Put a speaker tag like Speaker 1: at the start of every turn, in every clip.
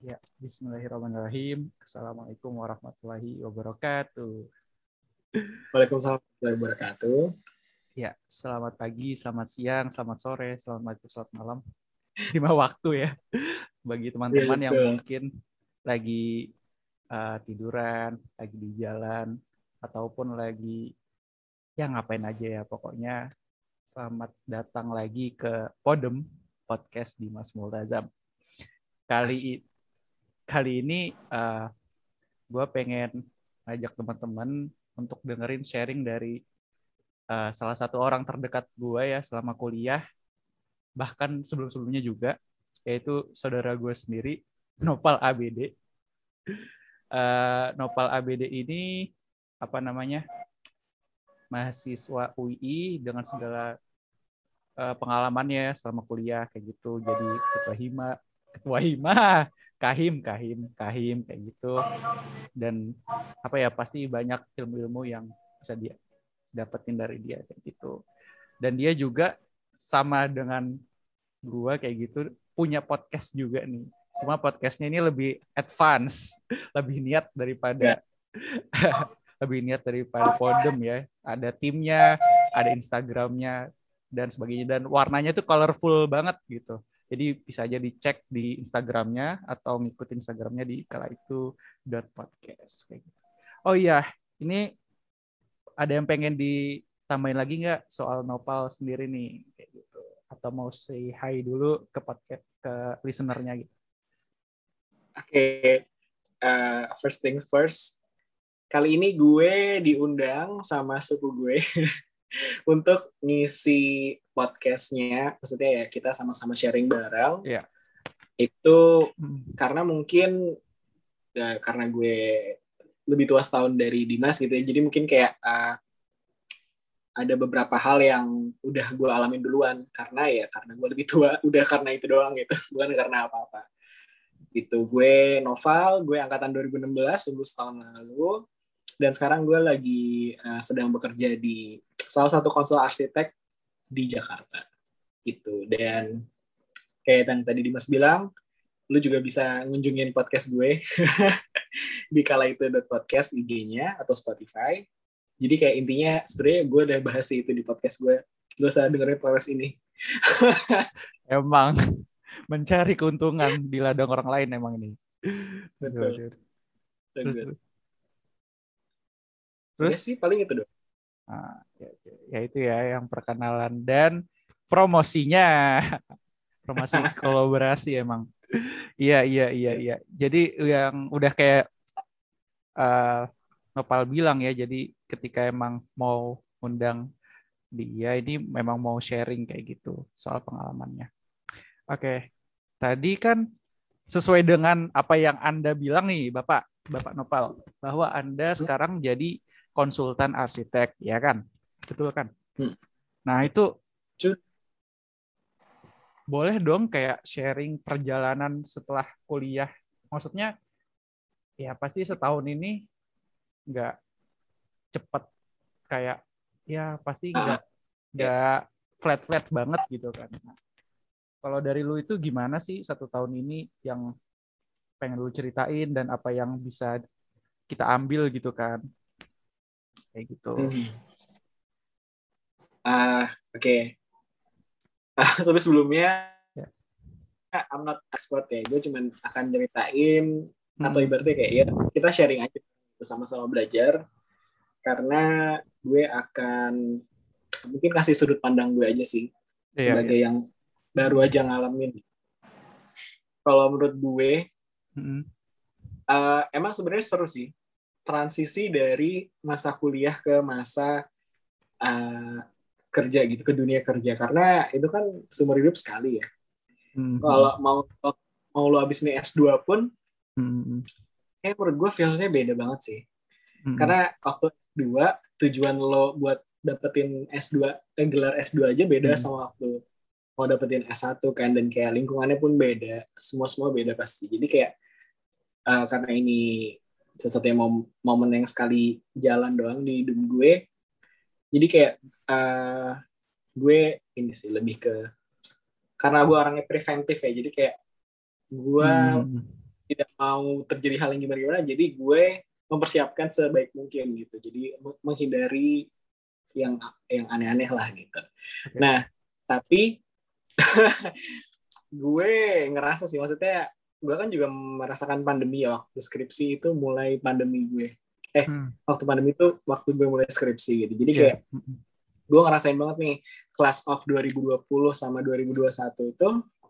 Speaker 1: Ya, bismillahirrahmanirrahim. Assalamualaikum warahmatullahi wabarakatuh.
Speaker 2: Waalaikumsalam warahmatullahi wabarakatuh.
Speaker 1: Ya, selamat pagi, selamat siang, selamat sore, selamat maghrib, selamat malam. 5 waktu ya. Bagi teman-teman yang mungkin lagi tiduran, lagi di jalan, ataupun lagi ya ngapain aja ya. Pokoknya selamat datang lagi ke Podem, podcast Dimas Multazam. Kali ini gue pengen ngajak teman-teman untuk dengerin sharing dari salah satu orang terdekat gue ya selama kuliah, bahkan sebelum-sebelumnya juga, yaitu saudara gue sendiri, Nopal ABD. Nopal ABD ini mahasiswa UI dengan segala pengalamannya selama kuliah kayak gitu, jadi ketua hima, kahim kayak gitu. Dan pasti banyak ilmu-ilmu yang bisa dia dapetin dari dia kayak gitu. Dan dia juga sama dengan gua kayak gitu punya podcast juga nih. Cuma podcastnya ini lebih advance, lebih niat daripada Podem ya. Ada timnya, ada Instagramnya dan sebagainya, dan warnanya tuh colorful banget gitu. Jadi bisa aja dicek di Instagramnya atau ngikutin Instagramnya di kalaitu.podcast kayak gitu. Oh iya, ini ada yang pengen ditambahin lagi nggak soal Nopal sendiri nih kayak gitu? Atau mau say hi dulu ke podcast ke listenernya gitu?
Speaker 2: Oke, first thing first. Kali ini gue diundang sama suku gue untuk ngisi podcastnya. Maksudnya ya kita sama-sama sharing bareng.
Speaker 1: Yeah.
Speaker 2: Itu karena mungkin karena gue lebih tua setahun dari Dimas gitu ya. Jadi mungkin kayak ada beberapa hal yang udah gue alamin duluan. Karena gue lebih tua. Udah karena itu doang gitu. Bukan karena apa-apa. Gitu. Gue Noval, gue angkatan 2016, lulus tahun lalu. Dan sekarang gue lagi sedang bekerja di salah satu konsul arsitek di Jakarta gitu. Dan kayak yang tadi Dimas bilang, lu juga bisa ngunjungin podcast gue di kalaitu.podcast IG-nya atau Spotify. Jadi kayak intinya sebenarnya gue udah bahas itu di podcast gue. Gak usah dengerin podcast ini.
Speaker 1: Emang mencari keuntungan di ladang orang lain emang ini.
Speaker 2: Betul.
Speaker 1: Terus
Speaker 2: sih paling itu dong.
Speaker 1: Nah, ya itu ya yang perkenalan dan promosinya. Promosi kolaborasi emang. Iya. Jadi yang udah kayak Nopal bilang ya, jadi ketika emang mau undang dia ini memang mau sharing kayak gitu soal pengalamannya. Oke. Tadi kan sesuai dengan apa yang Anda bilang nih, Bapak Nopal, bahwa Anda sekarang jadi konsultan arsitek, ya kan? Betul kan? Nah, itu boleh dong kayak sharing perjalanan setelah kuliah. Maksudnya, ya pasti setahun ini nggak cepet kayak, ya pasti nggak flat banget gitu kan. Nah, kalau dari lu itu gimana sih 1 tahun ini yang pengen lu ceritain dan apa yang bisa kita ambil gitu kan? Kayak gitu.
Speaker 2: Oke. Tapi sebelumnya I'm not expert ya. Gue cuma akan ceritain atau ibaratnya kayak ya kita sharing aja sama-sama belajar. Karena gue akan mungkin kasih sudut pandang gue aja sih sebagai yang baru aja ngalamin. Kalau menurut gue emang sebenarnya seru sih transisi dari masa kuliah ke masa kerja gitu, ke dunia kerja, karena itu kan seumur hidup sekali ya. Kalau mau lo abis nih S2 pun menurut gue feelnya beda banget sih. Karena waktu S2 tujuan lo buat dapetin S2 gelar S2 aja beda sama waktu mau dapetin S1 kan, dan kayak lingkungannya pun beda, semua beda pasti. Jadi kayak karena ini satu-satunya momen yang sekali jalan doang di hidup gue, jadi kayak gue ini sih lebih ke karena gue orangnya preventif ya, jadi kayak gue tidak mau terjadi hal yang gimana-gimana, jadi gue mempersiapkan sebaik mungkin gitu. Jadi menghindari yang aneh-aneh lah gitu.
Speaker 1: Oke.
Speaker 2: Nah, tapi gue ngerasa sih, maksudnya gue kan juga merasakan pandemi ya, waktu skripsi itu mulai pandemi gue. Waktu pandemi itu waktu gue mulai skripsi gitu. Jadi kayak gue ngerasain banget nih class of 2020 sama 2021 itu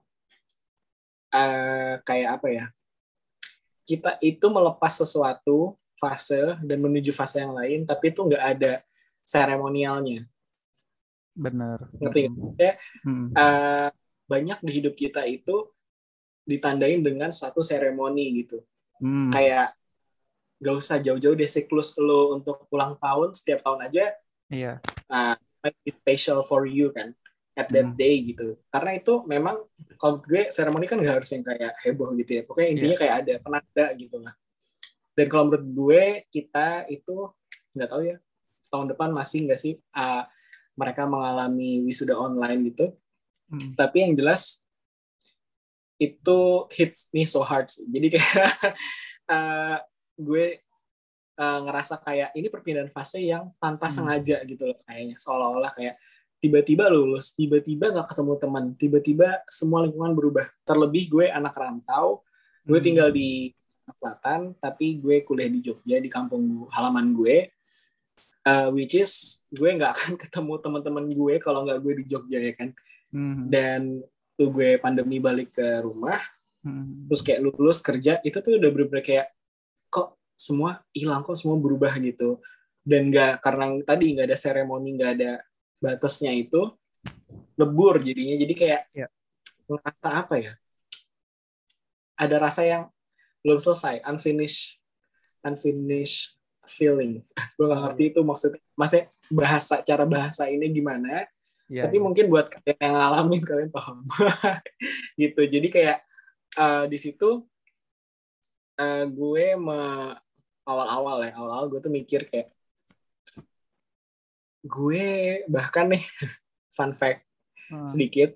Speaker 2: kayak apa ya? Kita itu melepas sesuatu fase dan menuju fase yang lain, tapi itu nggak ada seremonialnya.
Speaker 1: Benar.
Speaker 2: Ngerti nggak? Ya, banyak di hidup kita itu ditandain dengan satu seremoni gitu. Kayak gak usah jauh-jauh deh, siklus lo untuk ulang tahun setiap tahun aja.
Speaker 1: Iya.
Speaker 2: It's special for you kan at that day gitu. Karena itu memang kalau gue seremoni kan gak harus yang kayak heboh gitu ya. Pokoknya intinya kayak ada penanda gitu lah. Dan kalau menurut gue kita itu nggak tahu ya tahun depan masih nggak sih mereka mengalami wisuda online gitu. Tapi yang jelas itu hits me so hard. Jadi kayak gue ngerasa kayak ini perpindahan fase yang tanpa sengaja gitu loh, kayaknya seolah-olah kayak tiba-tiba lulus, tiba-tiba nggak ketemu teman, tiba-tiba semua lingkungan berubah. Terlebih gue anak rantau, gue tinggal di Selatan, tapi gue kuliah di Jogja, di kampung halaman gue, which is gue nggak akan ketemu teman-teman gue kalau nggak gue di Jogja ya kan. Dan tuh gue pandemi balik ke rumah, terus kayak lulus kerja, itu tuh udah bener-bener kayak kok semua hilang, kok semua berubah gitu. Dan nggak, karena tadi nggak ada seremoni, nggak ada batasnya, itu lebur jadinya. Jadi kayak ngerasa apa ya, ada rasa yang belum selesai, unfinished feeling. Gue nggak ngerti itu maksudnya cara bahasa ini gimana. Tapi mungkin buat kalian yang ngalamin kalian paham. Gitu. Jadi kayak di situ gue awal-awal gue tuh mikir kayak gue bahkan nih fun fact sedikit,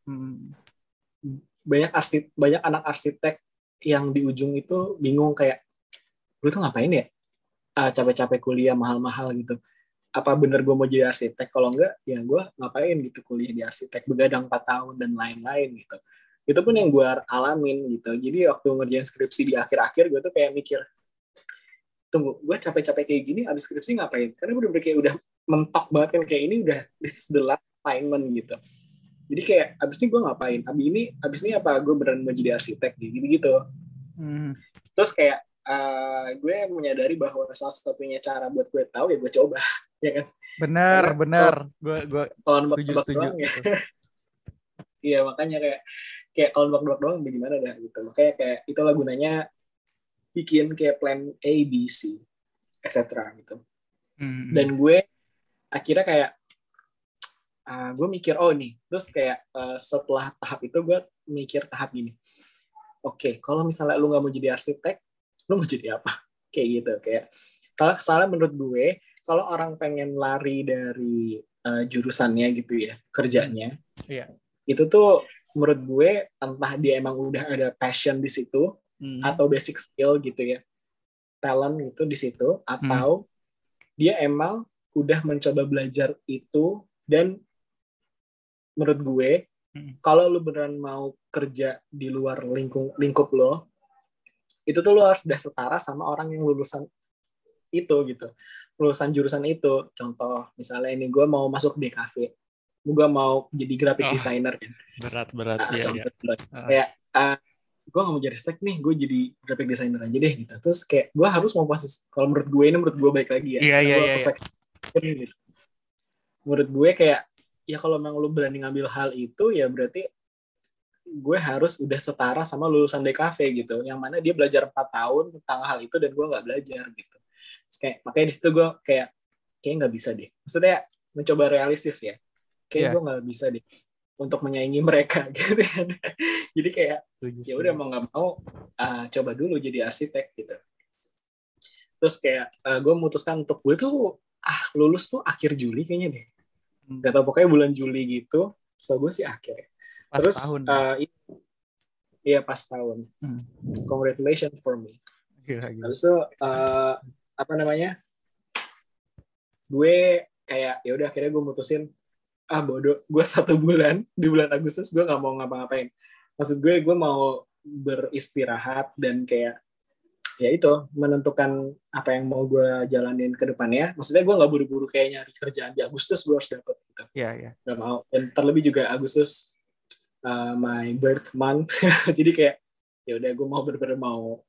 Speaker 2: banyak anak arsitek yang di ujung itu bingung kayak gue tuh ngapain ya capek-capek kuliah mahal-mahal gitu, apa bener gue mau jadi arsitek, kalau enggak ya gue ngapain gitu kuliah di arsitek begadang 4 tahun dan lain-lain gitu. Itu pun yang gue alamin gitu. Jadi waktu ngerjain skripsi di akhir-akhir gue tuh kayak mikir, tunggu, gue capek-capek kayak gini abis skripsi ngapain? Karena udah kayak udah mentok banget kan, kayak ini udah this is the last assignment gitu. Jadi kayak abis ini gue ngapain? Abis ini apa gue beneran mau jadi arsitek gitu. Terus kayak gue menyadari bahwa salah satunya cara buat gue tahu ya gue coba, ya kan?
Speaker 1: Benar. Gue setuju.
Speaker 2: Iya, makanya kayak kalau nebak-nebak doang bagaimana dah gitu. Makanya kayak itulah gunanya bikin kayak plan A, B, C, etc. gitu. Dan gue akhirnya kayak gue mikir nih, terus kayak setelah tahap itu gue mikir tahap gini. Oke, kalau misalnya lu nggak mau jadi arsitek, lu mau jadi apa? Kayak gitu. Kayak soalnya menurut gue kalau orang pengen lari dari jurusannya gitu ya, kerjanya, itu tuh menurut gue entah dia emang udah ada passion di situ atau basic skill gitu ya, talent gitu di situ, atau dia emang udah mencoba belajar itu. Dan menurut gue kalau lu beneran mau kerja di luar lingkup lo, itu tuh lu harus udah setara sama orang yang lulusan itu gitu, lulusan jurusan itu. Contoh misalnya ini gue mau masuk DKV, gue mau jadi graphic designer kan,
Speaker 1: berat
Speaker 2: kayak gue gak mau jadi arsitek nih, gue jadi graphic designer aja deh gitu. Terus kayak gue harus mau posisi, kalau menurut gue baik lagi ya, gitu. Menurut gue kayak ya kalau memang lu berani ngambil hal itu, ya berarti gue harus udah setara sama lulusan DKV gitu, yang mana dia belajar 4 tahun tentang hal itu dan gue nggak belajar gitu. Terus kayak makanya di situ gue kayak nggak bisa deh, maksudnya mencoba realistis ya, gue nggak bisa deh untuk menyaingi mereka gitu kan. Jadi kayak ya udah mau nggak mau coba dulu jadi arsitek gitu. Terus kayak gue memutuskan untuk gue tuh lulus tuh akhir Juli kayaknya deh, nggak tahu pokoknya bulan Juli gitu. So gue sih akhir ya. Terus Iya pas tahun. Congratulations for me.
Speaker 1: Gila.
Speaker 2: Habis itu apa namanya? Gue kayak ya udah akhirnya gue mutusin bodoh, gue 1 bulan di bulan Agustus gue nggak mau ngapa-ngapain. Maksud gue mau beristirahat dan kayak ya itu menentukan apa yang mau gue jalanin ke depannya. Maksudnya gue nggak buru-buru kayak nyari kerjaan di Agustus gue harus dapet gitu.
Speaker 1: Iya.
Speaker 2: Gak mau. Dan terlebih juga Agustus my birth month. Jadi kayak ya udah gue mau bener-bener mau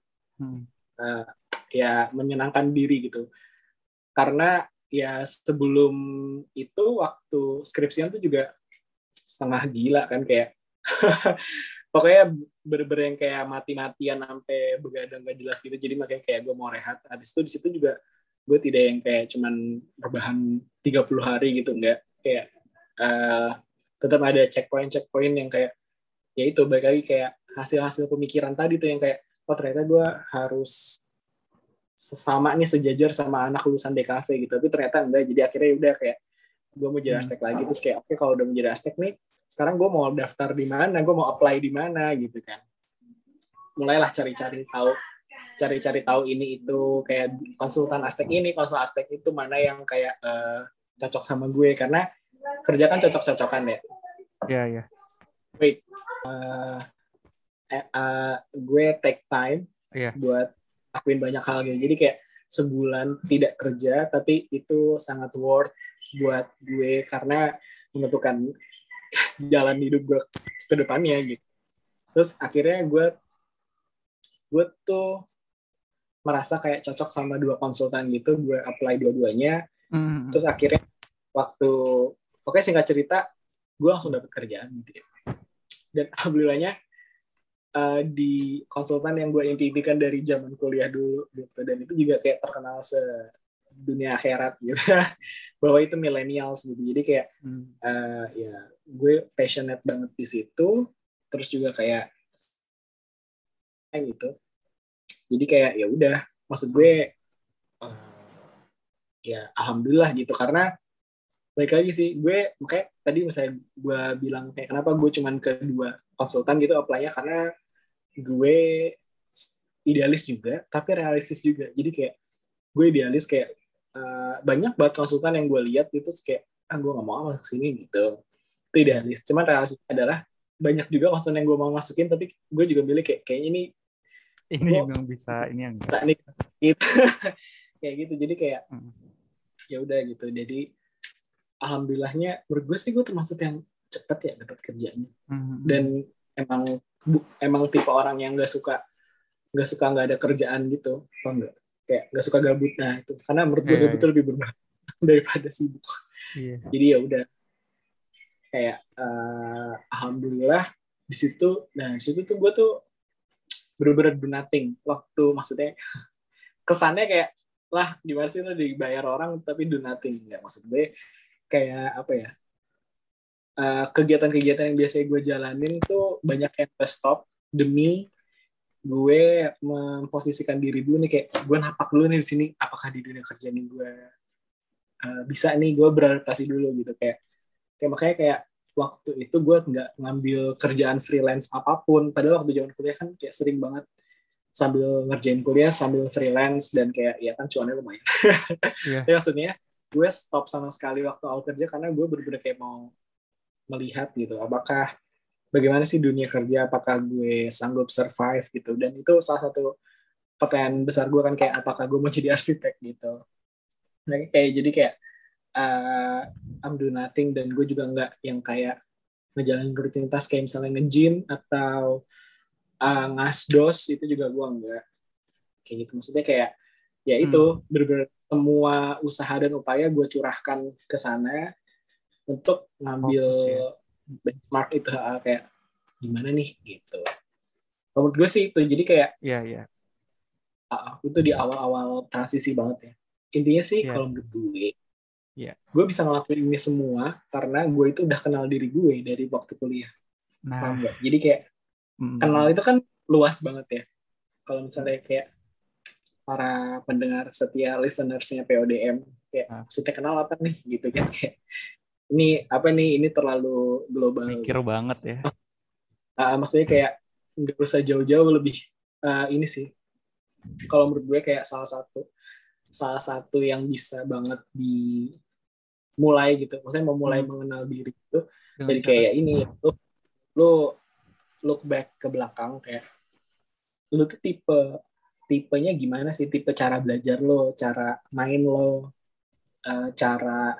Speaker 2: ya menyenangkan diri gitu. Karena ya sebelum itu waktu skripsian tuh juga setengah gila kan kayak pokoknya bener-bener yang kayak mati-matian sampai begadang gak jelas gitu. Jadi makanya kayak gue mau rehat. Habis itu di situ juga gue tidak yang kayak cuman berbahan 30 hari gitu, enggak. Kayak tetap ada checkpoint yang kayak ya itu balik lagi kayak hasil-hasil pemikiran tadi tuh yang kayak ternyata gue harus sama nih sejajar sama anak lulusan DKV gitu, tapi ternyata enggak. Jadi akhirnya udah kayak gue mau jadi arsitek lagi, terus kayak oke, kalau udah mau jadi arsitek nih sekarang gue mau daftar di mana, gue mau apply di mana gitu kan. Mulailah cari-cari tahu ini itu kayak konsultan arsitek ini, konsultan arsitek itu mana yang kayak cocok sama gue, karena kerja kan cocok-cocokan ya.
Speaker 1: Iya.
Speaker 2: Wait, gue take time buat lakuin banyak hal gitu. Jadi kayak sebulan tidak kerja, tapi itu sangat worth buat gue karena menentukan jalan hidup gue ke depannya gitu. Terus akhirnya gue tuh merasa kayak cocok sama 2 konsultan gitu, gue apply dua-duanya. Terus akhirnya singkat cerita, gue langsung dapet kerjaan gitu ya. Dan alhamdulillahnya di konsultan yang gue impikan dari zaman kuliah dulu gitu, dan itu juga kayak terkenal sedunia akhirat gitu bahwa itu millennials gitu. Jadi kayak ya gue passionate banget di situ, terus juga kayak gitu. Jadi kayak ya udah, maksud gue ya alhamdulillah gitu, karena baik lagi sih gue makanya tadi misalnya gue bilang kayak kenapa gue cuman ke 2 konsultan gitu apply-nya, karena gue idealis juga tapi realistis juga. Jadi kayak gue idealis kayak banyak banget konsultan yang gue lihat gitu kayak gue nggak mau masuk sini gitu, itu idealis. Cuman realistis adalah banyak juga konsultan yang gue mau masukin, tapi gue juga milih kayaknya ini
Speaker 1: yang bisa, ini yang enggak
Speaker 2: gitu. Kayak gitu. Jadi kayak ya udah gitu. Jadi alhamdulillahnya menurut gue sih gue termasuk yang cepet ya dapat kerjanya. Dan emang tipe orang yang nggak suka nggak ada kerjaan gitu, apa enggak, kayak nggak suka gabut. Nah itu karena menurut gue gabut lebih bermanfaat daripada sibuk. Jadi ya udah kayak alhamdulillah di situ. Nah di situ tuh gue tuh bener-bener do nothing waktu, maksudnya kesannya kayak lah gimana sih lo dibayar orang tapi do nothing. Nggak, maksud gue kayak apa ya, kegiatan-kegiatan yang biasanya gue jalanin tuh banyak yang stop demi gue memposisikan diri dulu nih, kayak gue napak dulu nih di sini, apakah di dunia kerja nih gue bisa nih, gue beradaptasi dulu gitu. Kayak makanya kayak waktu itu gue nggak ngambil kerjaan freelance apapun, padahal waktu zaman kuliah kan kayak sering banget sambil ngerjain kuliah sambil freelance, dan kayak ya kan cuannya lumayan. Tapi maksudnya gue stop sama sekali waktu awal kerja karena gue bener-bener kayak mau melihat gitu apakah bagaimana sih dunia kerja, apakah gue sanggup survive gitu. Dan itu salah satu pertanyaan besar gue kan, kayak apakah gue mau jadi arsitek gitu. Nah, kayak jadi kayak I'm do nothing, dan gue juga nggak yang kayak ngejalanin rutinitas kayak misalnya nge-gym atau ngasdos, itu juga gue nggak kayak gitu. Maksudnya kayak ya itu bener-bener semua usaha dan upaya gue curahkan ke sana untuk ngambil benchmark itu, kayak gimana nih gitu. Menurut gue sih itu. Jadi kayak itu di awal-awal transisi banget ya. Intinya sih kalau menurut gue bisa ngelakuin ini semua karena gue itu udah kenal diri gue dari waktu kuliah. Paham gak? Jadi kayak kenal itu kan luas banget ya. Kalau misalnya kayak para pendengar setia listeners-nya PODM, kayak maksudnya kenal apa nih gitu kan, kayak ini apa nih, ini terlalu global.
Speaker 1: Mikir banget ya.
Speaker 2: Maksudnya kayak nggak usah jauh-jauh, lebih ini sih. Kalau menurut gue kayak salah satu yang bisa banget dimulai gitu. Maksudnya mau mulai mengenal diri itu
Speaker 1: Dengan
Speaker 2: jadi
Speaker 1: cara
Speaker 2: kayak ini ya. Lu look back ke belakang kayak lu tuh tipenya gimana sih, tipe cara belajar lo, cara main lo, cara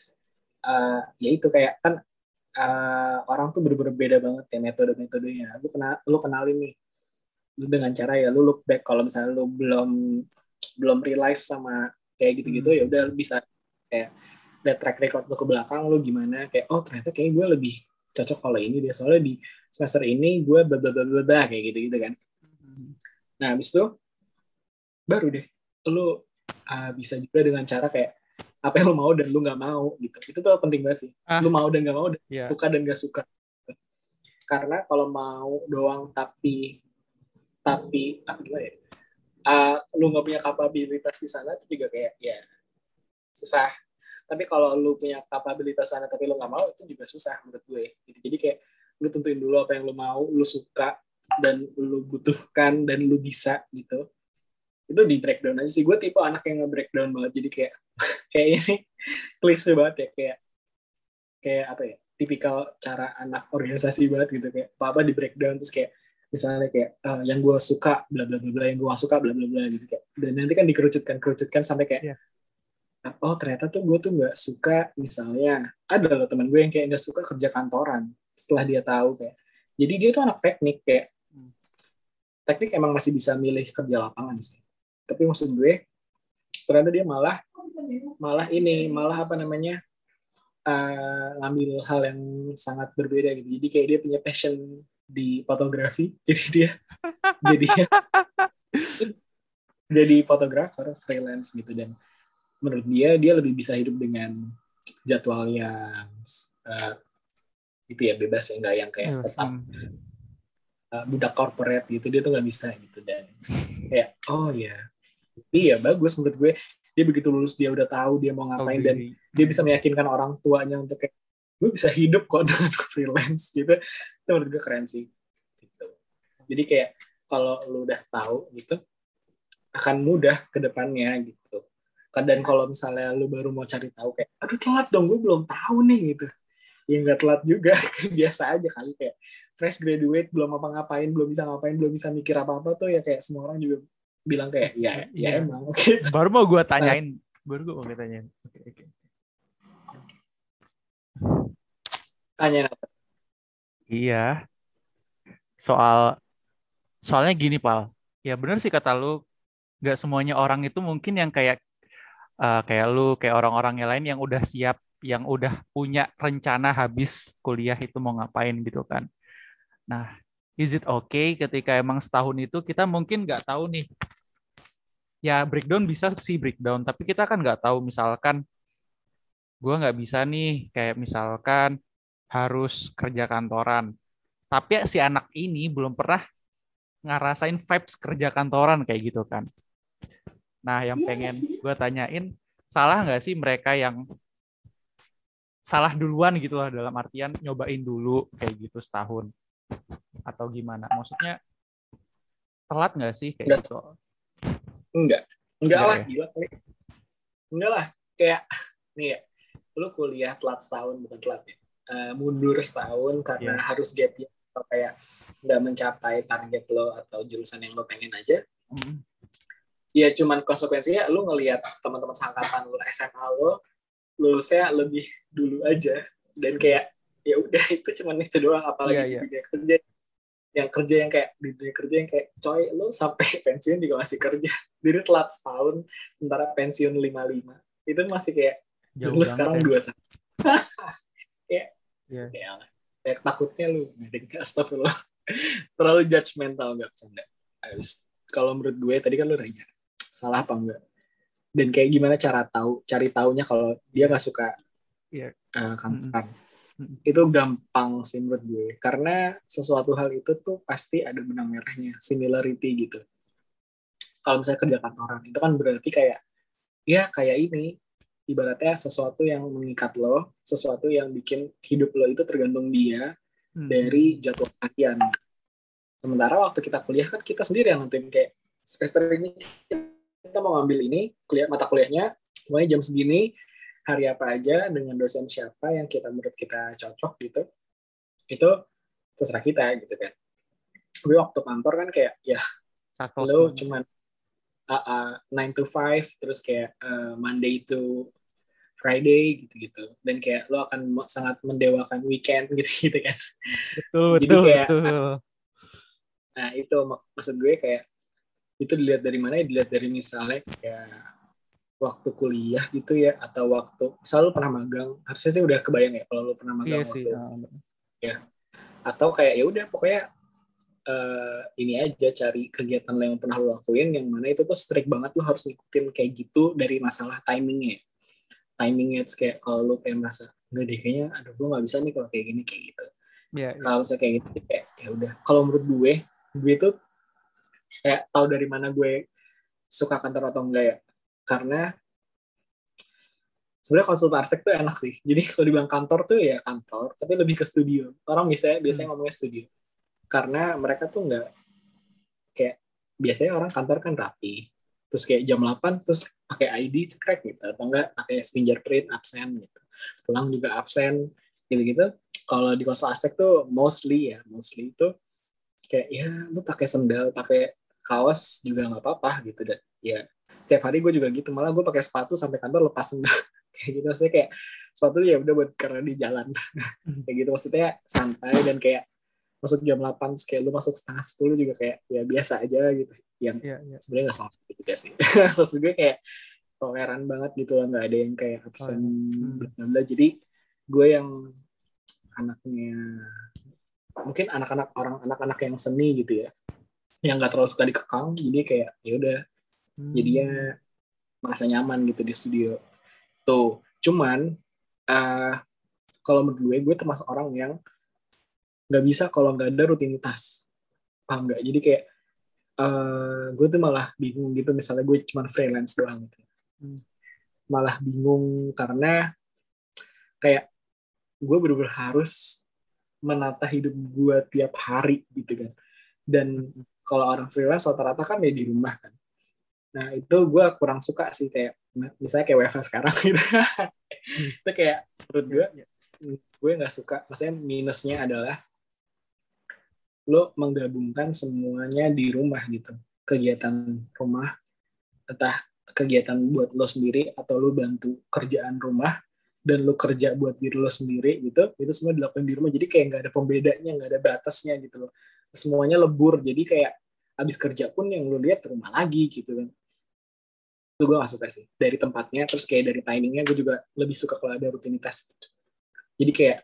Speaker 2: ya itu kayak kan orang tuh bener-bener beda banget ya metode-metodenya. Lu kenalin nih lu dengan cara ya lu look back, kalau misalnya lu belum realize sama kayak gitu-gitu ya udah lu bisa kayak lihat track record lu ke belakang lu gimana, kayak oh ternyata kayak gue lebih cocok kalau ini dia, soalnya di semester ini gue bla bla bla bla bla kayak gitu-gitu kan. Nah habis itu baru deh lu bisa juga dengan cara kayak apa yang lu mau dan lu nggak mau gitu. Itu tuh penting banget sih. Lu mau dan nggak mau, suka dan nggak suka. Karena kalau mau doang tapi apa gimana ya? Lu nggak punya kapabilitas di sana itu juga kayak ya susah. Tapi kalau lu punya kapabilitas sana tapi lu nggak mau, itu juga susah menurut gue. Gitu. Jadi kayak lu tentuin dulu apa yang lu mau, lu suka dan lu butuhkan dan lu bisa gitu. Itu di breakdown aja sih. Gue tipe anak yang nge-breakdown banget. Jadi kayak kayak ini klise banget ya, kayak apa ya, tipikal cara anak organisasi banget gitu, kayak apa di breakdown terus kayak misalnya kayak yang gue suka bla bla bla bla, yang gue gak suka bla bla bla gitu, kayak dan nanti kan dikerucutkan sampai kayak oh ternyata tuh gue tuh nggak suka, misalnya ada loh teman gue yang kayak nggak suka kerja kantoran setelah dia tahu kayak, jadi dia tuh anak teknik, kayak teknik emang masih bisa milih kerja lapangan sih, tapi maksud gue ternyata dia malah apa namanya ngambil hal yang sangat berbeda gitu. Jadi kayak dia punya passion di fotografi, jadi dia jadi fotografer freelance gitu, dan menurut dia lebih bisa hidup dengan jadwal yang itu ya bebas ya, nggak yang kayak tetap budak corporate gitu, dia tuh nggak bisa gitu. Dan kayak oh ya iya bagus menurut gue, dia begitu lulus dia udah tahu dia mau ngapain dan dia bisa meyakinkan orang tuanya untuk kayak gue bisa hidup kok dengan freelance gitu. Itu menurut gue keren sih gitu. Jadi kayak kalau lu udah tahu gitu akan mudah ke depannya gitu. Dan kalau misalnya lu baru mau cari tahu kayak aduh telat dong gue belum tahu nih gitu, ya nggak telat juga. Biasa aja kali, kayak fresh graduate belum apa-ngapain, belum bisa ngapain, belum bisa mikir apa-apa tuh ya kayak semua orang juga bilang kayak ya emang gitu.
Speaker 1: Baru mau gue tanyain. Okay.
Speaker 2: Tanya apa?
Speaker 1: Iya. Soalnya gini, Pal. Ya bener sih kata lu, nggak semuanya orang itu mungkin yang kayak lu, kayak orang-orang yang lain yang udah siap, yang udah punya rencana habis kuliah itu mau ngapain gitu kan. Nah, is it okay ketika emang setahun itu kita mungkin nggak tahu nih, ya breakdown bisa sih breakdown, tapi kita kan nggak tahu, misalkan gue nggak bisa nih, kayak misalkan harus kerja kantoran, tapi si anak ini belum pernah ngerasain vibes kerja kantoran kayak gitu kan. Nah, yang pengen gue tanyain, salah nggak sih mereka yang salah duluan gitu lah, dalam artian nyobain dulu kayak gitu setahun, atau gimana? Maksudnya telat nggak sih kayak gitu?
Speaker 2: Enggak lah,
Speaker 1: ya?
Speaker 2: Gila kali. Enggak lah, kayak nih ya, lu kuliah telat setahun, bukan telat ya, mundur setahun karena harus gap year atau kayak nggak mencapai target lo atau jurusan yang lo pengen aja. Ya cuman konsekuensinya lu ngelihat teman-teman seangkatan lo SMA lo lulusnya lebih dulu aja, dan kayak ya udah itu cuman itu doang, apalagi di dunia kerja yang kayak di dunia kerja yang kayak coy lu sampai pensiun juga masih kerja, jadi telat setahun sementara pensiun 55 itu masih kayak
Speaker 1: Jauh
Speaker 2: lu
Speaker 1: banget
Speaker 2: sekarang
Speaker 1: ya.
Speaker 2: 21 kayak takutnya lu nggak astagfirullah terlalu judgmental, nggak bercanda. Kalau menurut gue tadi kan lu nanya salah apa enggak, dan kayak gimana cari taunya kalau dia nggak suka kantoran. Itu gampang sih menurut gue, karena sesuatu hal itu tuh pasti ada benang merahnya, similarity gitu. Kalau misalnya kerja kantoran itu kan berarti kayak ya kayak ini ibaratnya sesuatu yang mengikat lo, sesuatu yang bikin hidup lo itu tergantung dia dari jadwal harian. Sementara waktu kita kuliah kan kita sendiri yang nentuin kayak semester ini kita mau ngambil ini mata kuliahnya mulai jam segini, hari apa aja dengan dosen siapa yang menurut kita cocok gitu. Itu terserah kita gitu kan. Tapi waktu kantor kan kayak ya lo cuman 9 to 5 terus kayak Monday to Friday gitu-gitu, dan kayak lo akan sangat mendewakan weekend gitu kan.
Speaker 1: Betul.
Speaker 2: Jadi kayak nah itu maksud gue kayak itu dilihat dari mana ya, dilihat dari misalnya kayak waktu kuliah gitu ya, atau waktu misal lu pernah magang, harusnya sih udah kebayang ya kalau lu pernah magang waktu ya, atau kayak ya udah pokoknya ini aja cari kegiatan yang pernah lu lakuin yang mana itu tuh strict banget, lu harus ngikutin kayak gitu dari masalah timingnya terus kayak kalau lu kayak merasa nggak deh kayaknya aduh gue nggak bisa nih kalau kayak gini kayak gitu. Kalau misalnya kayak gitu kayak ya udah, kalau menurut gue tuh kayak tahu dari mana gue suka kantor atau enggak ya, karena sebenarnya konsultan arsitek tuh enak sih. Jadi kalau dibilang kantor tuh ya kantor, tapi lebih ke studio. Orang biasanya ngomongnya studio. Karena mereka tuh nggak kayak biasanya orang kantor kan rapi. Terus kayak jam 8 terus pakai ID cekrek gitu, atau enggak pakai fingerprint absen gitu. Pulang juga absen gitu-gitu. Kalau di konsultan arsitek tuh mostly itu kayak ya lu pakai sendal, pakai kaos juga nggak apa-apa gitu, dan ya setiap hari gue juga gitu, malah gue pakai sepatu sampai kantor lepas sendal kayak gitu. Maksudnya kayak sepatu ya udah buat karena di jalan kayak gitu, maksudnya santai, dan kayak masuk jam 8 kayak lu masuk setengah 10 juga kayak ya biasa aja gitu, yang sebenarnya nggak salah juga sih. Maksud gue kayak toleran banget gitu lah, nggak ada yang kayak absen bla. Jadi gue yang anaknya mungkin anak-anak yang seni gitu ya, yang nggak terlalu suka dikekang, jadi kayak ya udah jadinya merasa nyaman gitu di studio tuh. Cuman kalau menurut gue termasuk orang yang nggak bisa kalau nggak ada rutinitas, paham nggak? Jadi kayak gue tuh malah bingung gitu misalnya gue cuma freelance doang gitu, malah bingung karena kayak gue bener-bener harus menata hidup gue tiap hari gitu kan. Dan kalau orang freelance rata-rata kan ya di rumah kan. Nah itu gue kurang suka sih, kayak misalnya kayak WFH sekarang gitu. Itu kayak menurut gue nggak suka. Maksudnya minusnya adalah lo menggabungkan semuanya di rumah gitu. Kegiatan rumah, entah kegiatan buat lo sendiri atau lo bantu kerjaan rumah, dan lo kerja buat diri lo sendiri gitu, itu semua dilakukan di rumah. Jadi kayak nggak ada pembedanya, nggak ada batasnya gitu loh. Semuanya lebur, jadi kayak abis kerja pun yang lo lihat rumah lagi gitu kan. Itu gue gak suka sih dari tempatnya, terus kayak dari timingnya gue juga lebih suka kalau ada rutinitas gitu. Jadi kayak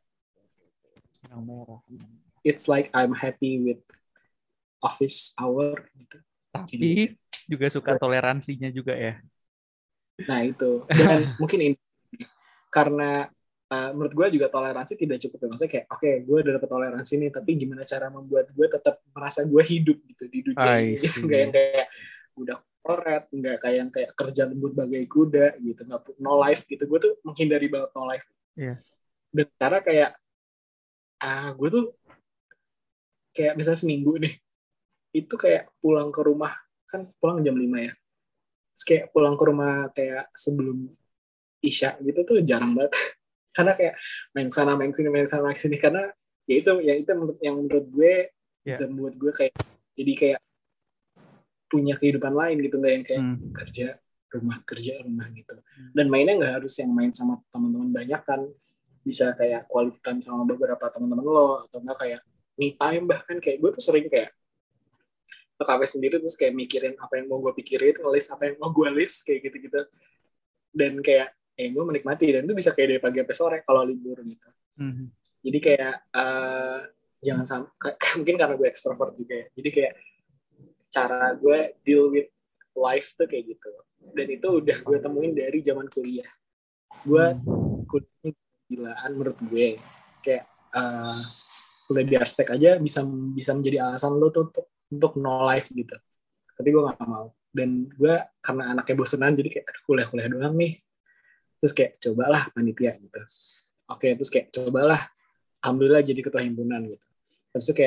Speaker 2: it's like I'm happy with office hour gitu.
Speaker 1: Tapi juga suka toleransinya juga ya.
Speaker 2: Nah itu, dan mungkin ini karena menurut gue juga toleransi tidak cukup ya. Maksudnya kayak oke, gue udah dapet toleransi nih, tapi gimana cara membuat gue tetap merasa gue hidup gitu di dunia ini. Gak yang kayak udah korporat, nggak kayak yang kayak kerja lembut bagai kuda gitu, nggak no life gitu. Gue tuh menghindari banget no life. Dan cara kayak gue tuh kayak misalnya seminggu nih, itu kayak pulang ke rumah, kan pulang jam 5 ya, terus kayak pulang ke rumah kayak sebelum Isya gitu tuh jarang banget. Karena kayak main sana main sini, karena ya itu yang menurut gue bisa membuat gue kayak jadi kayak punya kehidupan lain gitu, nggak yang kayak kerja rumah gitu. Dan mainnya nggak harus yang main sama teman-teman banyak kan, bisa kayak quality time sama beberapa teman-teman lo, atau enggak kayak me time. Bahkan kayak gue tuh sering kayak ke kafe sendiri terus kayak mikirin apa yang mau gue pikirin, ngelis apa yang mau gue list kayak gitu-gitu, dan kayak gue menikmati, dan itu bisa kayak dari pagi sampai sore kalau libur gitu. Jadi kayak jangan sampai mungkin karena gue extrovert juga ya, jadi kayak cara gue deal with life tuh kayak gitu. Dan itu udah gue temuin dari zaman kuliah. Gue kuliah gilaan menurut gue, kayak kuliah di arsitek aja bisa menjadi alasan lo tuh untuk no life gitu. Tapi gue gak mau. Dan gue karena anaknya bosenan, jadi kayak kuliah doang nih. Terus kayak cobalah panitia gitu. Oke, terus kayak cobalah alhamdulillah jadi ketua himpunan gitu. Terus itu kayak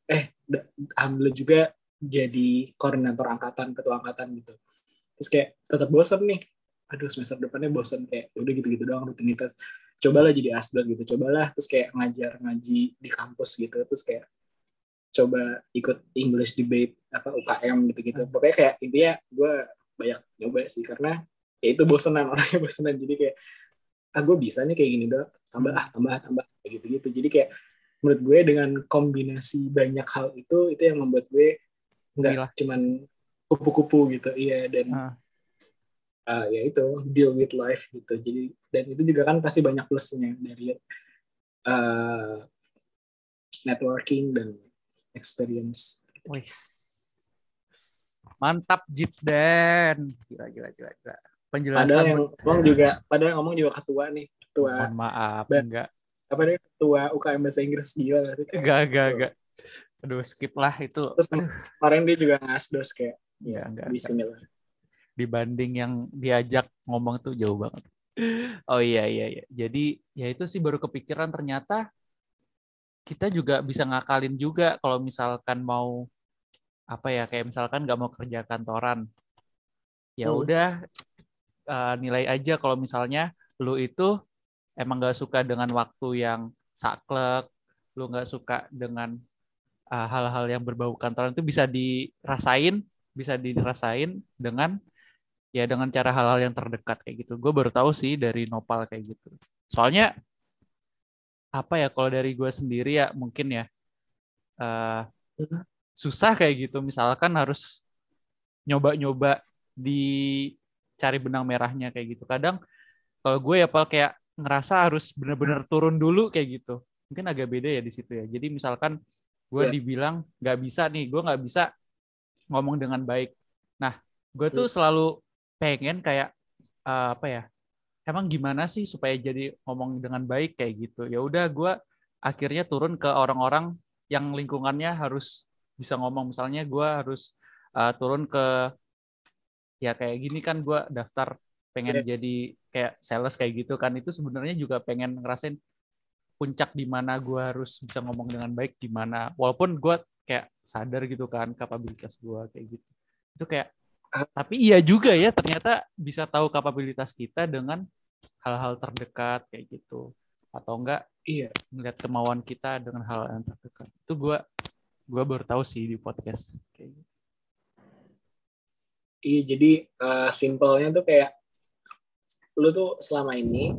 Speaker 2: alhamdulillah juga jadi koordinator angkatan, ketua angkatan gitu. Terus kayak tetap bosan nih, aduh semester depannya bosan, kayak udah gitu-gitu doang rutinitas. Cobalah jadi asdos gitu, cobalah terus kayak ngajar ngaji di kampus gitu, terus kayak coba ikut English debate apa UKM gitu-gitu. Pokoknya kayak intinya gue banyak nyoba sih, karena ya itu bosenan, orangnya bosenan, jadi kayak gue bisa nih kayak gini doang, tambah kayak gitu-gitu. Jadi kayak menurut gue dengan kombinasi banyak hal itu yang membuat gue nggak cuman kupu-kupu gitu. Iya, dan ya itu deal with life gitu. Jadi dan itu juga kan pasti banyak plusnya dari networking dan experience.
Speaker 1: Wih, mantap Jipden, gila. Penjelasan.
Speaker 2: Padahal yang ngomong juga ketua nih, ketua.
Speaker 1: Mohon maaf, enggak.
Speaker 2: Apa nih, ketua UKM bahasa Inggris, gila.
Speaker 1: Enggak. Aduh, skip lah itu.
Speaker 2: Terus kemarin dia juga ngasdos kayak,
Speaker 1: enggak.
Speaker 2: Di sini lah.
Speaker 1: Dibanding yang diajak ngomong tuh jauh banget. Oh iya. Jadi ya itu sih baru kepikiran ternyata kita juga bisa ngakalin juga kalau misalkan mau apa ya, kayak misalkan nggak mau kerja kantoran, ya udah nilai aja kalau misalnya lu itu emang nggak suka dengan waktu yang saklek, lu nggak suka dengan hal-hal yang berbau kantoran, itu bisa dirasain dengan cara hal-hal yang terdekat kayak gitu. Gue baru tahu sih dari Nopal kayak gitu. Soalnya apa ya, kalau dari gue sendiri ya mungkin ya susah kayak gitu. Misalkan harus nyoba-nyoba dicari benang merahnya kayak gitu. Kadang kalau gue ya kayak ngerasa harus benar-benar turun dulu kayak gitu. Mungkin agak beda ya di situ ya. Jadi misalkan gue dibilang nggak bisa nih, gue nggak bisa ngomong dengan baik. Nah, gue tuh selalu pengen kayak apa ya? Emang gimana sih supaya jadi ngomong dengan baik kayak gitu? Ya udah, gue akhirnya turun ke orang-orang yang lingkungannya harus bisa ngomong. Misalnya gue harus turun ke ya kayak gini kan, gue daftar pengen jadi kayak sales kayak gitu kan. Itu sebenarnya juga pengen ngerasain puncak di mana gue harus bisa ngomong dengan baik di mana. Walaupun gue kayak sadar gitu kan kapabilitas gue kayak gitu. Itu kayak tapi iya juga ya, ternyata bisa tahu kapabilitas kita dengan hal-hal terdekat kayak gitu, atau enggak melihat kemauan kita dengan hal yang terdekat. Itu gue baru tahu sih di podcast kayak gitu.
Speaker 2: Iya, jadi simpelnya tuh kayak lu tuh selama ini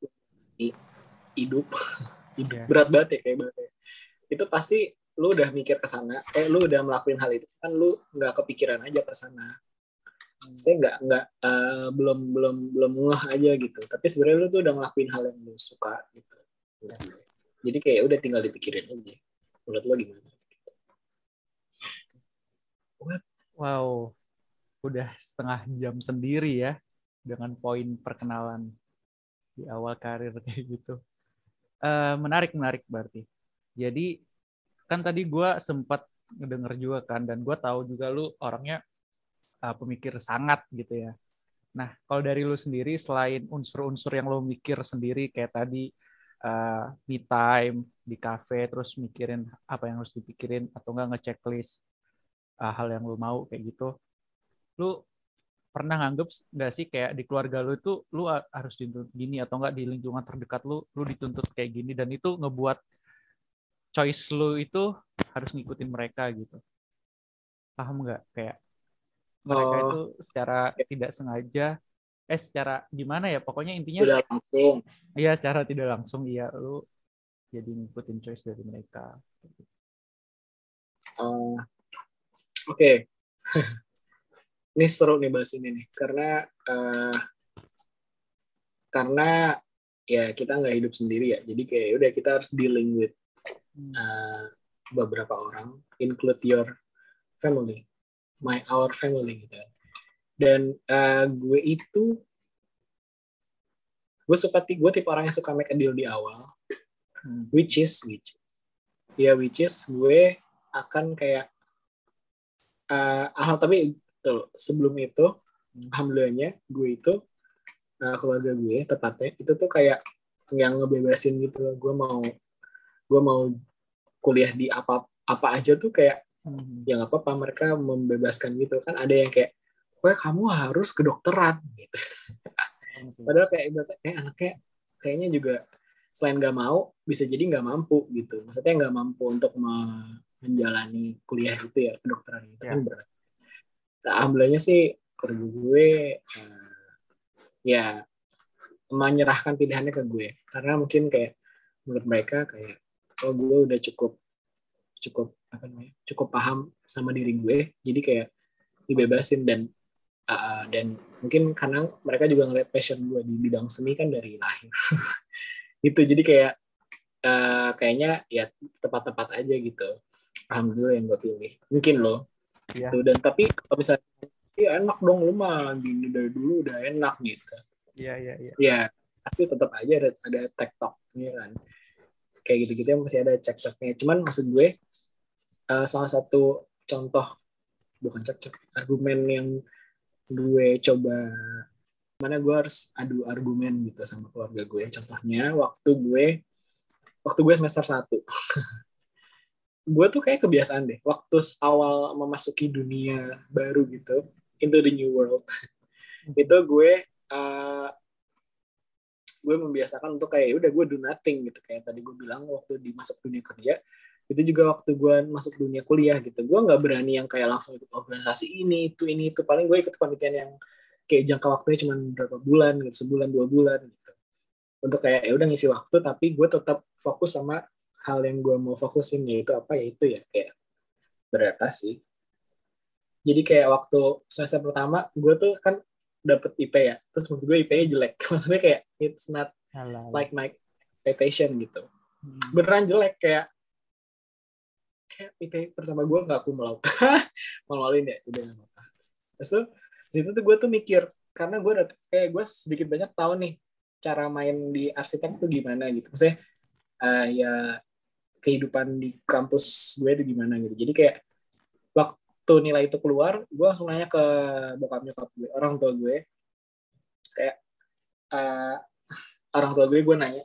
Speaker 2: hidup berat banget ya, kayak banget ya. Itu pasti lu udah mikir ke sana, lu udah melakukan hal itu kan, lu nggak kepikiran aja ke sana. Saya belum ngeh aja gitu. Tapi sebenarnya lu tuh udah ngelakuin hal yang lu suka gitu. Jadi kayak udah tinggal dipikirin aja. Menurut lo gimana?
Speaker 1: Wow, udah setengah jam sendiri ya dengan poin perkenalan di awal karir kayak gitu. Menarik berarti. Jadi kan tadi gue sempat ngedenger juga kan, dan gue tahu juga lu orangnya pemikir sangat gitu ya. Nah, kalau dari lu sendiri, selain unsur-unsur yang lu mikir sendiri kayak tadi me time di cafe, terus mikirin apa yang harus dipikirin atau enggak ngechecklist hal yang lu mau kayak gitu, lu pernah nganggep nggak sih kayak di keluarga lu itu lu harus dituntut gini, atau enggak di lingkungan terdekat lu dituntut kayak gini, dan itu ngebuat choice lu itu harus ngikutin mereka gitu? Paham nggak? Kayak mereka itu secara tidak sengaja, secara gimana ya, pokoknya intinya
Speaker 2: tidak langsung.
Speaker 1: Iya, secara tidak langsung iya lu jadi ngikutin choice dari mereka.
Speaker 2: Oke. Ini seru nih bahas ini nih, karena ya kita nggak hidup sendiri ya, jadi kayak udah kita harus dealing with beberapa orang, include your family, our family gitu. Dan gue tipe orang yang suka make a deal di awal, which is gue akan kayak tapi tuh, sebelum itu alhamdulillahnya gue itu keluarga gue tepatnya itu tuh kayak yang ngebebasin gitu. Gue mau kuliah di apa aja tuh kayak ya nggak apa-apa, mereka membebaskan gitu kan. Ada yang kayak, wah kamu harus kedokteran gitu. Padahal kayak ibaratnya anaknya kayaknya juga selain nggak mau, bisa jadi nggak mampu gitu. Maksudnya nggak mampu untuk menjalani kuliah itu ya, kedokteran itu kan berat. Nah, alhamdulillahnya sih keluarga gue ya menyerahkan pilihannya ke gue, karena mungkin kayak menurut mereka kayak, oh gue udah cukup paham sama diri gue, jadi kayak dibebasin. Dan mungkin karena mereka juga ngeliat passion gue di bidang seni kan dari lahir gitu, jadi kayak kayaknya ya tepat-tepat aja gitu. Alhamdulillah yang gue pilih mungkin loh gitu. Dan tapi kalau misalnya ya enak dong lu mah gini dari dulu udah enak gitu, ya pasti tetap aja ada tektok-nya kan, kayak gitu-gitu masih ada cekcoknya. Cuman maksud gue salah satu contoh, bukan cekcok, argumen yang gue coba, mana gue harus adu argumen gitu sama keluarga gue. Contohnya waktu gue semester 1 gue tuh kayak kebiasaan deh waktu awal memasuki dunia baru gitu, into the new world itu gue membiasakan untuk kayak udah gue do nothing gitu. Kayak tadi gue bilang waktu masuk dunia kerja, itu juga waktu gue masuk dunia kuliah gitu, gue nggak berani yang kayak langsung ikut organisasi ini itu. Paling gue ikut panitian yang kayak jangka waktunya cuma berapa bulan gitu, sebulan 2 bulan gitu, untuk kayak ya udah ngisi waktu, tapi gue tetap fokus sama hal yang gue mau fokusin, yaitu apa, yaitu ya kayak beradaptasi. Jadi kayak waktu semester pertama gue tuh kan dapet IP ya, terus menurut gue IP-nya jelek. Maksudnya kayak it's not like my expectation gitu. Beneran jelek, kayak IP pertama gue nggak cum laude. Malu-maluin ya, udah nggak apa-apa. Terus tuh di situ tuh gue tuh mikir, karena gue sedikit banyak tahu nih cara main di arsitek tuh gimana gitu. Maksudnya ya kehidupan di kampus gue itu gimana gitu. Jadi kayak waktu nilai itu keluar, gue langsung nanya ke bokap nyokap gue, orang tua gue, kayak orang tua gue nanya,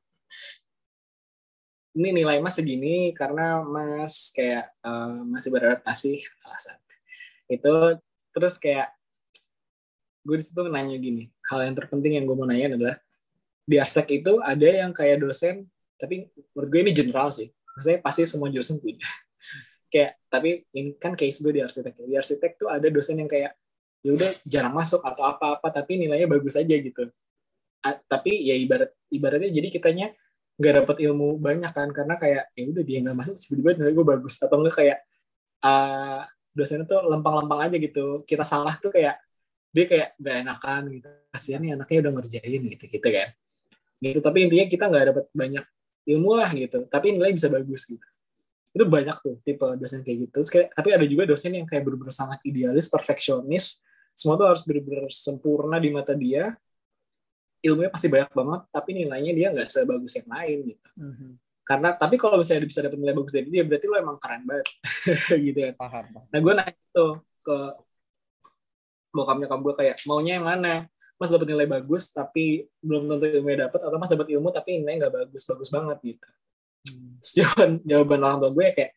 Speaker 2: ini nilai mas segini karena mas kayak masih beradaptasi, alasan itu. Terus kayak gue di situ nanya gini, hal yang terpenting yang gue mau nanya adalah, di arsitek itu ada yang kayak dosen, tapi menurut gue ini general sih, maksudnya pasti semua jurusan punya kayak, tapi ini kan case gue di arsitek tuh ada dosen yang kayak ya udah jarang masuk atau apa-apa tapi nilainya bagus aja gitu. Tapi ya ibaratnya jadi kitanya nggak dapat ilmu banyak kan, karena kayak ya udah dia nggak masuk tiba-tiba nilai gue bagus, atau enggak kayak dosennya tuh lempang-lempang aja gitu, kita salah tuh kayak dia kayak gak enakan gitu, kasihan nih anaknya udah ngerjain gitu kan gitu. Tapi intinya kita nggak dapat banyak ilmu lah gitu, tapi nilai bisa bagus gitu. Itu banyak tuh tipe dosen kayak gitu. Terus kayak, tapi ada juga dosen yang kayak bener-bener sangat idealis, perfeksionis, semua tuh harus bener-bener sempurna di mata dia, ilmunya pasti banyak banget, tapi nilainya dia nggak sebagus yang lain gitu. Karena tapi kalau misalnya bisa dapat nilai bagus dari dia, berarti lo emang keren banget gitu kan.
Speaker 1: Paham.
Speaker 2: Nah gue nanya tuh ke bokap nyokap gue kayak, maunya yang mana? Mas dapat nilai bagus tapi belum tentu ilmunya dapat, atau mas dapat ilmu tapi nilainya nggak bagus banget gitu. Jawaban orang tua gue kayak,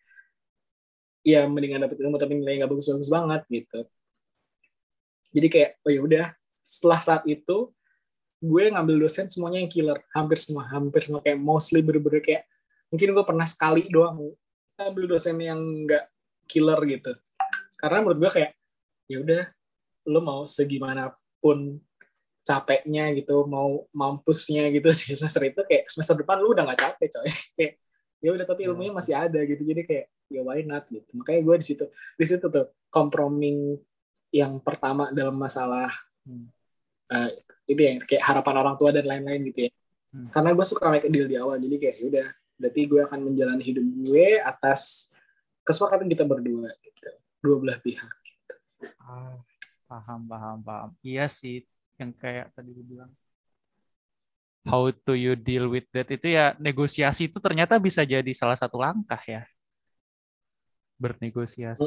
Speaker 2: ya mendingan dapat ilmu tapi nilainya nggak bagus banget gitu. Jadi kayak, oh ya udah, setelah saat itu gue ngambil dosen semuanya yang killer, hampir semua kayak mostly bener-bener kayak, mungkin gue pernah sekali doang ngambil dosen yang nggak killer gitu. Karena menurut gue kayak, ya udah, lo mau segimanapun capeknya gitu, mau mampusnya gitu di semester itu, kayak semester depan lo udah nggak capek coy. Kayak ya udah, tapi ilmunya masih ada gitu. Jadi kayak ya why not gitu. Makanya gue di situ tuh kompromi yang pertama dalam masalah itu ya, kayak harapan orang tua dan lain-lain gitu ya. Karena gue suka make a deal di awal, jadi kayak udah, berarti gue akan menjalani hidup gue atas kesepakatan kita berdua gitu, dua belah pihak gitu.
Speaker 1: Paham. Iya sih, yang kayak tadi lu bilang, how to you deal with that, itu ya negosiasi itu ternyata bisa jadi salah satu langkah ya, bernegosiasi.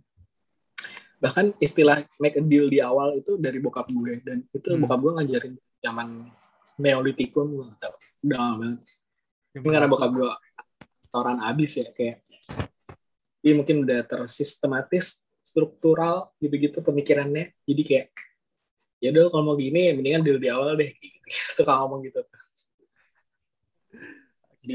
Speaker 2: Bahkan istilah make a deal di awal itu dari bokap gue, dan itu bokap gue ngajarin zaman Neolitikum, gue nggak tahu, udah lama banget. Ini karena bokap gue orang abis ya, kayak Dia mungkin udah tersistematis, struktural gitu-gitu pemikirannya. Jadi kayak ya udah kalau mau gini mendingan deal di awal deh gitu. Suka ngomong gitu. Jadi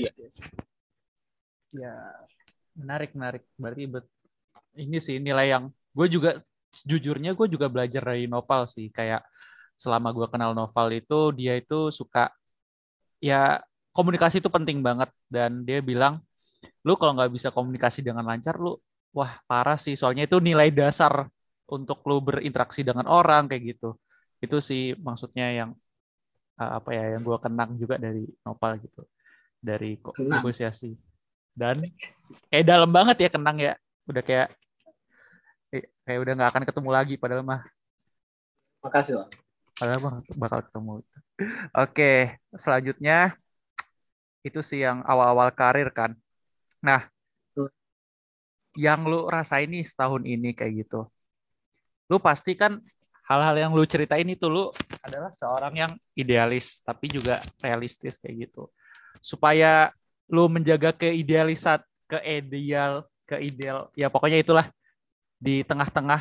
Speaker 1: ya menarik. Berarti ini sih nilai yang gue juga jujurnya gue juga belajar dari Nopal sih. Kayak selama gue kenal Noval itu dia itu suka ya komunikasi itu penting banget dan dia bilang lu kalau nggak bisa komunikasi dengan lancar lu wah parah sih soalnya itu nilai dasar untuk lu berinteraksi dengan orang kayak gitu. Itu sih maksudnya yang apa ya yang gue kenang juga dari Nopal gitu dari
Speaker 2: tenang.
Speaker 1: negosiasi dan kayak dalam banget ya kenang ya udah kayak udah nggak akan ketemu lagi
Speaker 2: Makasih lah.
Speaker 1: padahal mah bakal ketemu. Oke, selanjutnya itu sih yang awal-awal karir kan. Nah, yang lu rasain nih setahun ini kayak gitu. Lu pasti kan hal-hal yang lu ceritain itu lu adalah seorang yang idealis tapi juga realistis kayak gitu. Supaya lu menjaga keideal ya pokoknya itulah di tengah-tengah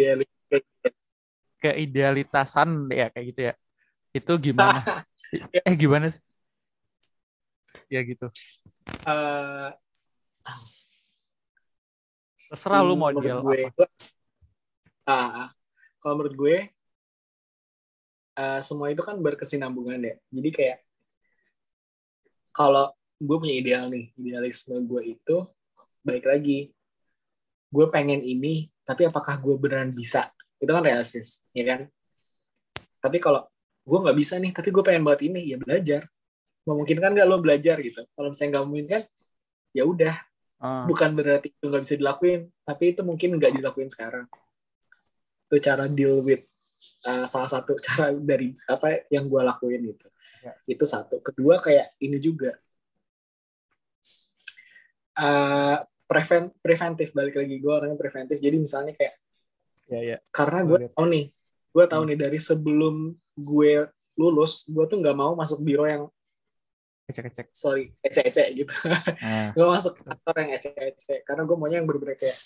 Speaker 1: keidealitasan ya kayak gitu ya. Itu gimana? Gimana sih? Ya gitu.
Speaker 2: uh,
Speaker 1: Terserah lu mau
Speaker 2: menurut
Speaker 1: ideal
Speaker 2: gue
Speaker 1: apa.
Speaker 2: kalau menurut gue semua itu kan berkesinambungan ya. Jadi kayak kalau gue punya ideal nih, idealisme gue itu baik lagi. Gue pengen ini, tapi apakah gue beneran bisa? Itu kan realistis, ya kan? Tapi kalau gue nggak bisa nih, tapi gue pengen buat ini, ya belajar. Memungkinkan nggak lo belajar gitu? Kalau misalnya nggak memungkinkan, ya udah. Bukan berarti itu nggak bisa dilakuin, tapi itu mungkin nggak dilakuin sekarang. Itu cara deal with salah satu cara dari apa yang gue lakuin gitu. Ya. Itu satu. Kedua kayak ini juga preventif, balik lagi gue orangnya preventif. Jadi misalnya kayak karena gue tahu nih dari sebelum gue lulus gue tuh nggak mau masuk biro yang ece-ece gitu. Gue masuk kantor yang ece-ece karena gue maunya yang bener-bener kayak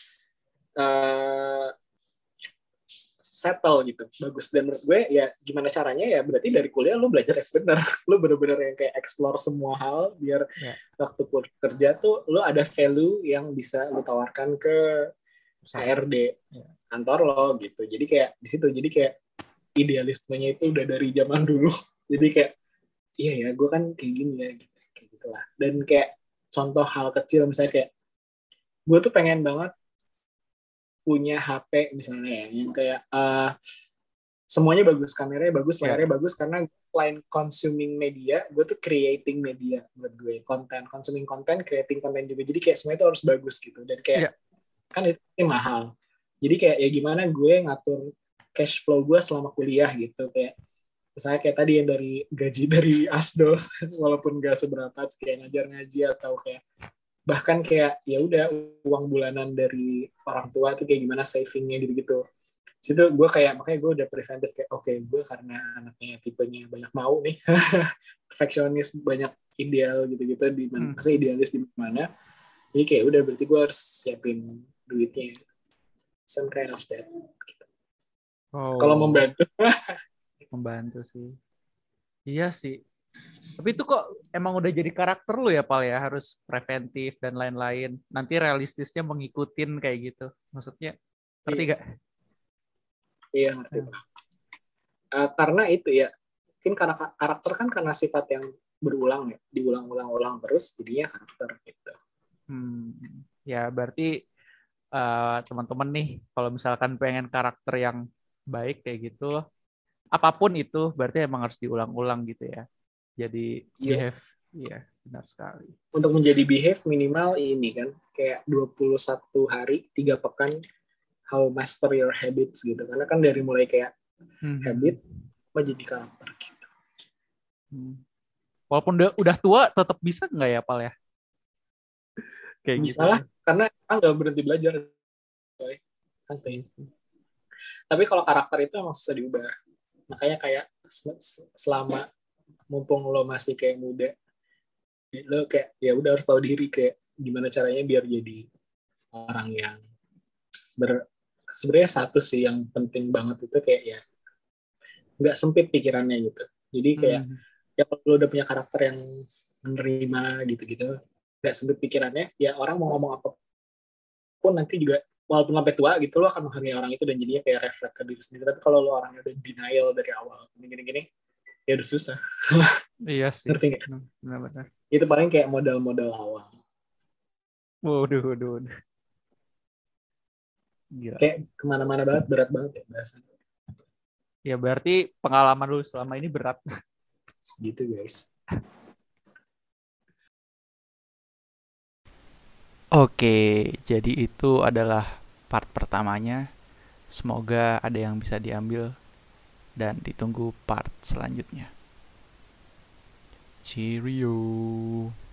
Speaker 2: settle gitu, bagus. Dan menurut gue ya gimana caranya ya berarti dari kuliah lu belajar yang bener, lu bener-bener yang kayak explore semua hal biar waktu kerja tuh lu ada value yang bisa lu tawarkan ke HRD kantor lo gitu. Jadi kayak di situ jadi kayak idealismenya itu udah dari zaman dulu. Jadi kayak iya ya gue kan kayak gini ya gitu, kayak gitulah. Dan kayak contoh hal kecil misalnya kayak gue tuh pengen banget punya HP misalnya ya, yang kayak semuanya bagus, kameranya bagus, layarnya bagus, karena selain consuming media, gue tuh creating media buat gue, consuming content, creating content juga, jadi kayak semuanya itu harus bagus gitu, dan kayak kan itu mahal, jadi kayak ya gimana gue ngatur cash flow gue selama kuliah gitu, kayak misalnya kayak tadi yang dari gaji dari Asdos, walaupun gak seberapa, kayak ngajar ngaji atau kayak bahkan kayak ya udah uang bulanan dari orang tua tuh kayak gimana savingnya gitu-gitu. Situ gue kayak makanya gue udah preventif kayak oke, gue karena anaknya tipenya banyak mau nih, perfeksionis, banyak ideal gitu-gitu di mana, maksudnya idealis di mana. Jadi kayak udah berarti gue harus siapin duitnya, some kind of that. Gitu. Kalau
Speaker 1: membantu sih. Iya sih. Tapi itu kok emang udah jadi karakter lu ya, Pal ya, harus preventif dan lain-lain. Nanti realistisnya mengikutin kayak gitu. Maksudnya, ngerti gak?
Speaker 2: Iya, ngerti Pak. Karena itu ya, mungkin karena karakter kan karena sifat yang berulang ya, diulang-ulang terus, jadinya karakter gitu.
Speaker 1: Ya berarti teman-teman nih, kalau misalkan pengen karakter yang baik kayak gitu, apapun itu berarti emang harus diulang-ulang gitu ya. Jadi behave, iya benar sekali.
Speaker 2: Untuk menjadi behave minimal ini kan kayak 21 hari 3 pekan how master your habits gitu. Karena kan dari mulai kayak habit menjadi karakter gitu.
Speaker 1: Walaupun udah tua tetap bisa nggak ya, Pal ya? Kayak
Speaker 2: bisa gitu lah, karena nggak berhenti belajar. Santai. Tapi kalau karakter itu emang susah diubah. Makanya kayak selama mumpung lo masih kayak muda, lo kayak ya udah harus tahu diri kayak gimana caranya biar jadi orang yang sebenarnya satu sih yang penting banget itu kayak ya nggak sempit pikirannya gitu. Jadi kayak ya kalau lu udah punya karakter yang menerima gitu-gitu, nggak sempit pikirannya, ya orang mau ngomong apapun nanti juga walaupun sampai tua gitu lo akan menghargai orang itu dan jadinya kayak refleks ke diri sendiri. Tapi kalau lo orangnya udah denial dari awal gini-gini ya udah susah.
Speaker 1: Iya sih.
Speaker 2: Ngerti nggak?
Speaker 1: Benar-benar.
Speaker 2: Itu paling kayak modal-modal awal.
Speaker 1: Waduh, waduh, waduh. Gila
Speaker 2: Kayak
Speaker 1: sih.
Speaker 2: kemana-mana banget, berat banget ya bahasan.
Speaker 1: Ya berarti pengalaman lu selama ini berat.
Speaker 2: Gitu guys.
Speaker 1: Oke, jadi itu adalah part pertamanya. Semoga ada yang bisa diambil dan ditunggu part selanjutnya. Cheerio.